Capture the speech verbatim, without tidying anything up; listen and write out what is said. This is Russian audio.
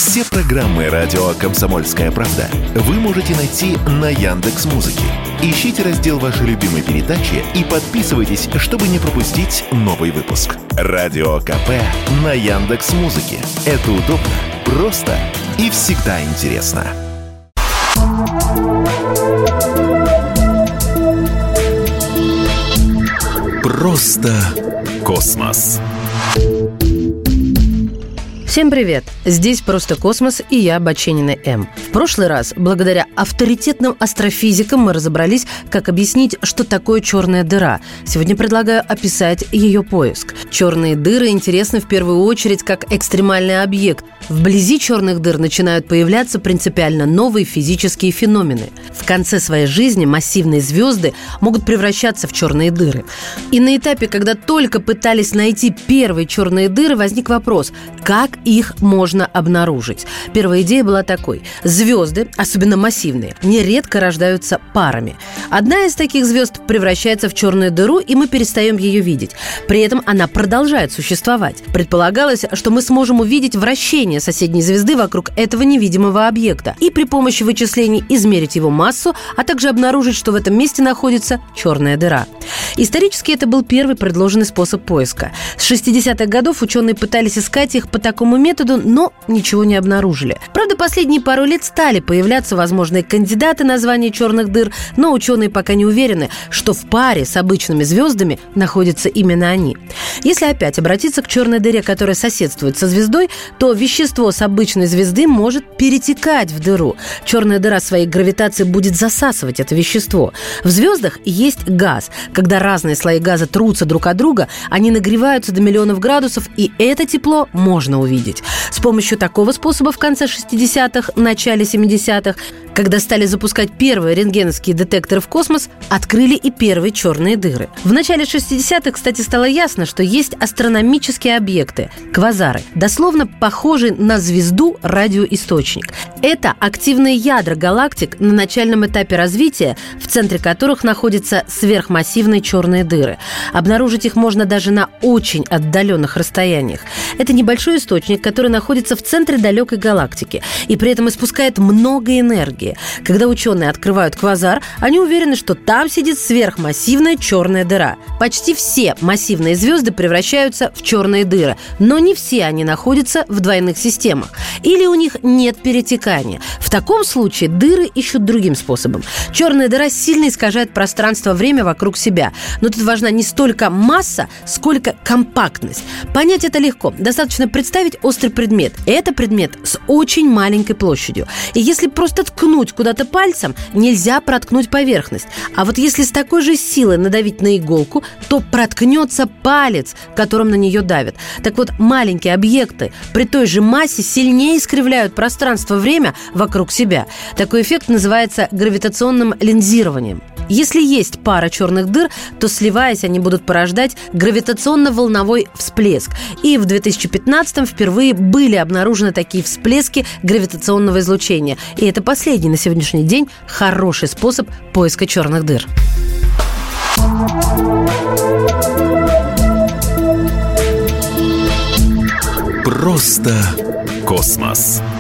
Все программы радио «Комсомольская правда» вы можете найти на Яндекс.Музыке. Ищите раздел вашей любимой передачи и подписывайтесь, чтобы не пропустить новый выпуск. Радио КП на Яндекс.Музыке. Это удобно, просто и всегда интересно. Просто космос. Всем привет! Здесь «Просто космос» и я, Баченина М. В прошлый раз, благодаря авторитетным астрофизикам, мы разобрались, как объяснить, что такое черная дыра. Сегодня предлагаю описать ее поиск. Черные дыры интересны в первую очередь как экстремальный объект. Вблизи черных дыр начинают появляться принципиально новые физические феномены. В конце своей жизни массивные звезды могут превращаться в черные дыры. И на этапе, когда только пытались найти первые черные дыры, возник вопрос, как их можно обнаружить. Первая идея была такой. Звезды, особенно массивные, нередко рождаются парами. Одна из таких звезд превращается в черную дыру, и мы перестаем ее видеть. При этом она продолжает существовать. Предполагалось, что мы сможем увидеть вращение соседней звезды вокруг этого невидимого объекта и при помощи вычислений измерить его массу, а также обнаружить, что в этом месте находится черная дыра. Исторически это был первый предложенный способ поиска. С шестидесятых годов ученые пытались искать их по такому методу, но ничего не обнаружили. Правда, последние пару лет стали появляться возможные кандидаты на звание черных дыр, но ученые пока не уверены, что в паре с обычными звездами находятся именно они. Если опять обратиться к черной дыре, которая соседствует со звездой, то вещество с обычной звезды может перетекать в дыру. Черная дыра своей гравитацией будет засасывать это вещество. В звездах есть газ. Когда разные слои газа трутся друг от друга, они нагреваются до миллионов градусов, и это тепло можно увидеть. С помощью такого способа в конце шестидесятых, начале семидесятых, когда стали запускать первые рентгеновские детекторы в космос, открыли и первые черные дыры. В начале шестидесятых, кстати, стало ясно, что есть астрономические объекты – квазары, дословно похожие на звезду радиоисточник. Это активные ядра галактик на начальном этапе развития, в центре которых находятся сверхмассивные черные дыры. Обнаружить их можно даже на очень отдаленных расстояниях. Это небольшой источник, который находится в центре далекой галактики и при этом испускает много энергии. Когда ученые открывают квазар, они уверены, что там сидит сверхмассивная черная дыра. Почти все массивные звезды превращаются в черные дыры, но не все они находятся в двойных системах. Или у них нет перетекания. В таком случае дыры ищут другим способом. Черная дыра сильно искажает пространство-время вокруг себя. Но тут важна не столько масса, сколько компактность. Понять это легко. Достаточно представить острый предмет. Это предмет с очень маленькой площадью. И если просто ткнуть куда-то пальцем, нельзя проткнуть поверхность. А вот если с такой же силой надавить на иголку, то проткнется палец, которым на нее давят. Так вот, маленькие объекты при той же массе сильнее искривляют пространство-время вокруг себя. Такой эффект называется гравитационным линзированием. Если есть пара черных дыр, то, сливаясь, они будут порождать гравитационно-волновой всплеск. И в две тысячи пятнадцатом впервые были обнаружены такие всплески гравитационного излучения. И это последний на сегодняшний день хороший способ поиска черных дыр. Просто космос.